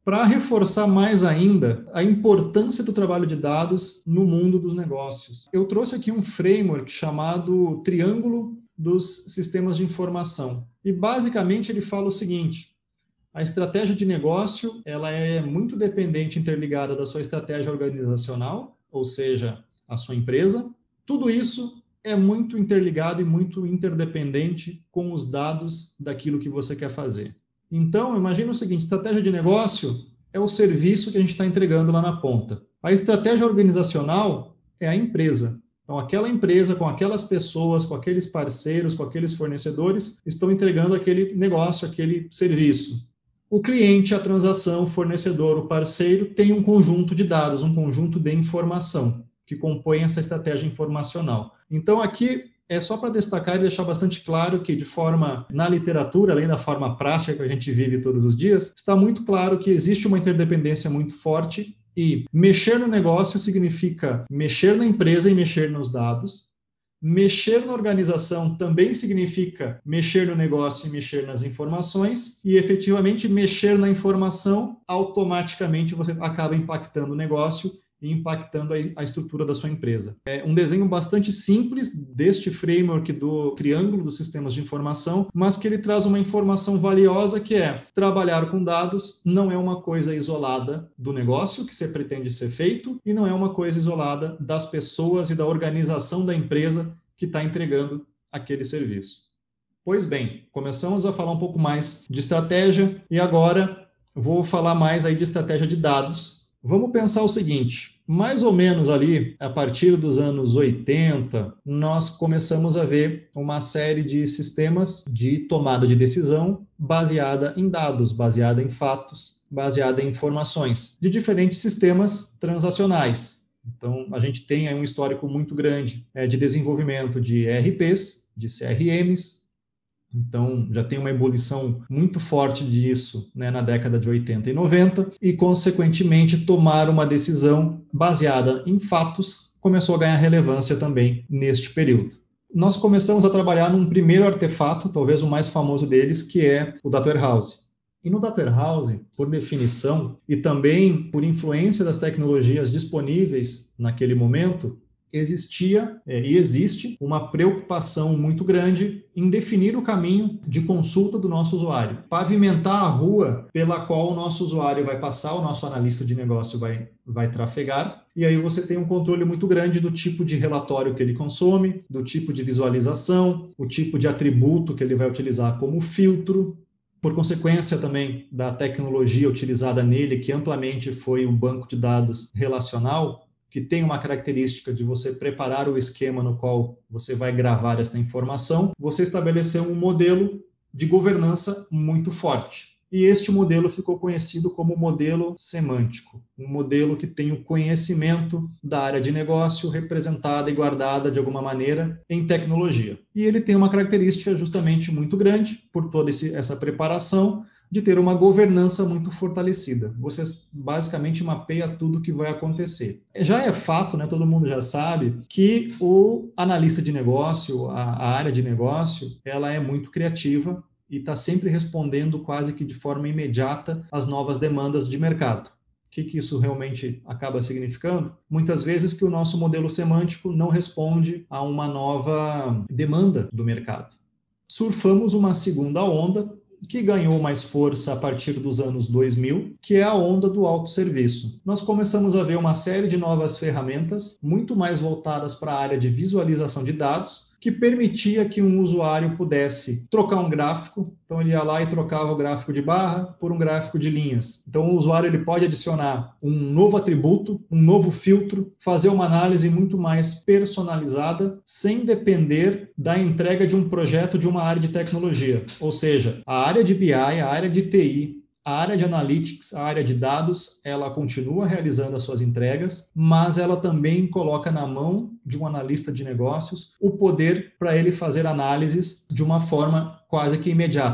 para reforçar mais ainda a importância do trabalho de dados no mundo dos negócios. Eu trouxe aqui um framework chamado Triângulo dos Sistemas de Informação. E basicamente ele fala o seguinte: a estratégia de negócio ela é muito dependente, interligada da sua estratégia organizacional, ou seja, a sua empresa. Tudo isso é muito interligado e muito interdependente com os dados daquilo que você quer fazer. Então, imagina o seguinte: estratégia de negócio é o serviço que a gente está entregando lá na ponta. A estratégia organizacional é a empresa. Então, aquela empresa, com aquelas pessoas, com aqueles parceiros, com aqueles fornecedores, estão entregando aquele negócio, aquele serviço. O cliente, a transação, o fornecedor, o parceiro, tem um conjunto de dados, um conjunto de informação que compõe essa estratégia informacional. Então, aqui é só para destacar e deixar bastante claro que, de forma, na literatura, além da forma prática que a gente vive todos os dias, está muito claro que existe uma interdependência muito forte e mexer no negócio significa mexer na empresa e mexer nos dados. Mexer na organização também significa mexer no negócio e mexer nas informações, e efetivamente mexer na informação, automaticamente você acaba impactando o negócio e impactando a estrutura da sua empresa. É um desenho bastante simples deste framework do Triângulo dos Sistemas de Informação, mas que ele traz uma informação valiosa, que é: trabalhar com dados não é uma coisa isolada do negócio que você pretende ser feito, e não é uma coisa isolada das pessoas e da organização da empresa que está entregando aquele serviço. Pois bem, começamos a falar um pouco mais de estratégia e agora vou falar mais aí de estratégia de dados. Vamos pensar o seguinte: mais ou menos ali, a partir dos anos 80, nós começamos a ver uma série de sistemas de tomada de decisão baseada em dados, baseada em fatos, baseada em informações, de diferentes sistemas transacionais. Então, a gente tem aí um histórico muito grande de desenvolvimento de ERPs, de CRMs. Então, já tem uma ebulição muito forte disso, né, na década de 80 e 90, e, consequentemente, tomar uma decisão baseada em fatos começou a ganhar relevância também neste período. Nós começamos a trabalhar num primeiro artefato, talvez o mais famoso deles, que é o Data Warehouse. E no Data Warehouse, por definição, e também por influência das tecnologias disponíveis naquele momento, existia e existe uma preocupação muito grande em definir o caminho de consulta do nosso usuário, pavimentar a rua pela qual o nosso usuário vai passar, o nosso analista de negócio vai trafegar, e aí você tem um controle muito grande do tipo de relatório que ele consome, do tipo de visualização, o tipo de atributo que ele vai utilizar como filtro, por consequência também da tecnologia utilizada nele, que amplamente foi um banco de dados relacional, que tem uma característica de você preparar o esquema no qual você vai gravar esta informação. Você estabeleceu um modelo de governança muito forte. E este modelo ficou conhecido como modelo semântico, um modelo que tem o conhecimento da área de negócio representada e guardada de alguma maneira em tecnologia. E ele tem uma característica justamente muito grande, por toda essa preparação, de ter uma governança muito fortalecida. Você basicamente mapeia tudo que vai acontecer. Já é fato, né, todo mundo já sabe, que o analista de negócio, a área de negócio, ela é muito criativa e está sempre respondendo quase que de forma imediata às novas demandas de mercado. O que isso realmente acaba significando? Muitas vezes que o nosso modelo semântico não responde a uma nova demanda do mercado. Surfamos uma segunda onda, que ganhou mais força a partir dos anos 2000, que é a onda do autosserviço. Nós começamos a ver uma série de novas ferramentas, muito mais voltadas para a área de visualização de dados, que permitia que um usuário pudesse trocar um gráfico. Então ele ia lá e trocava o gráfico de barra por um gráfico de linhas. Então o usuário ele pode adicionar um novo atributo, um novo filtro, fazer uma análise muito mais personalizada, sem depender da entrega de um projeto de uma área de tecnologia. Ou seja, a área de BI, a área de TI, a área de analytics, a área de dados, ela continua realizando as suas entregas, mas ela também coloca na mão de um analista de negócios o poder para ele fazer análises de uma forma quase que imediata,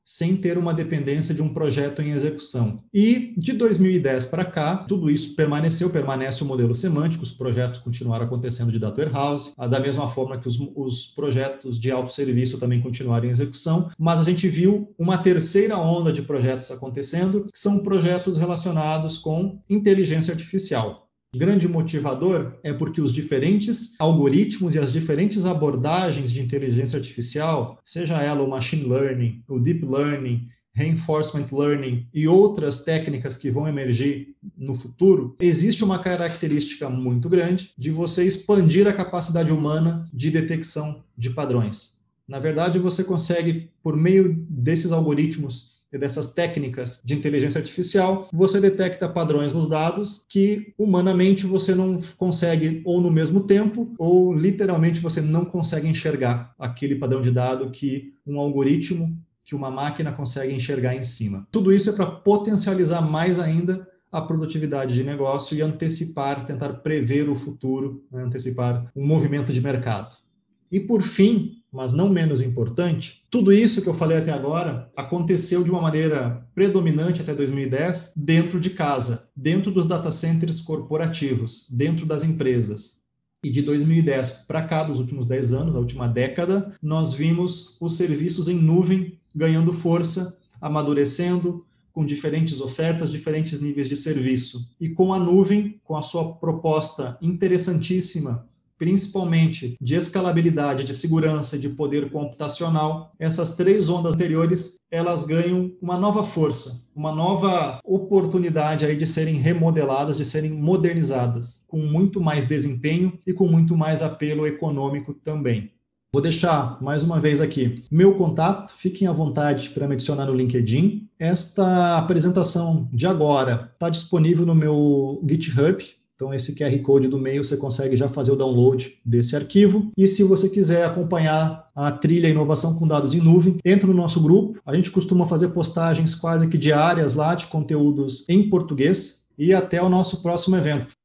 sem ter uma dependência de um projeto em execução. E de 2010 para cá, tudo isso permanece o modelo semântico, os projetos continuaram acontecendo de data warehouse, da mesma forma que os projetos de autosserviço também continuaram em execução, mas a gente viu uma terceira onda de projetos acontecendo, que são projetos relacionados com inteligência artificial. O grande motivador é porque os diferentes algoritmos e as diferentes abordagens de inteligência artificial, seja ela o machine learning, o deep learning, reinforcement learning e outras técnicas que vão emergir no futuro, existe uma característica muito grande de você expandir a capacidade humana de detecção de padrões. Na verdade, você consegue, por meio desses algoritmos e dessas técnicas de inteligência artificial, você detecta padrões nos dados que humanamente você não consegue ou no mesmo tempo, ou literalmente você não consegue enxergar aquele padrão de dado que um algoritmo, que uma máquina consegue enxergar em cima. Tudo isso é para potencializar mais ainda a produtividade de negócio e antecipar, tentar prever o futuro, antecipar um movimento de mercado. E por fim, mas não menos importante, tudo isso que eu falei até agora aconteceu de uma maneira predominante até 2010 dentro de casa, dentro dos data centers corporativos, dentro das empresas. E de 2010 para cá, dos últimos 10 anos, a última década, nós vimos os serviços em nuvem ganhando força, amadurecendo, com diferentes ofertas, diferentes níveis de serviço. E com a nuvem, com a sua proposta interessantíssima, principalmente de escalabilidade, de segurança e de poder computacional, essas três ondas anteriores, elas ganham uma nova força, uma nova oportunidade aí de serem remodeladas, de serem modernizadas, com muito mais desempenho e com muito mais apelo econômico também. Vou deixar mais uma vez aqui meu contato, fiquem à vontade para me adicionar no LinkedIn. Esta apresentação de agora está disponível no meu GitHub. Então, esse QR Code do meio, você consegue já fazer o download desse arquivo. E se você quiser acompanhar a trilha Inovação com Dados em Nuvem, entra no nosso grupo. A gente costuma fazer postagens quase que diárias lá de conteúdos em português. E até o nosso próximo evento.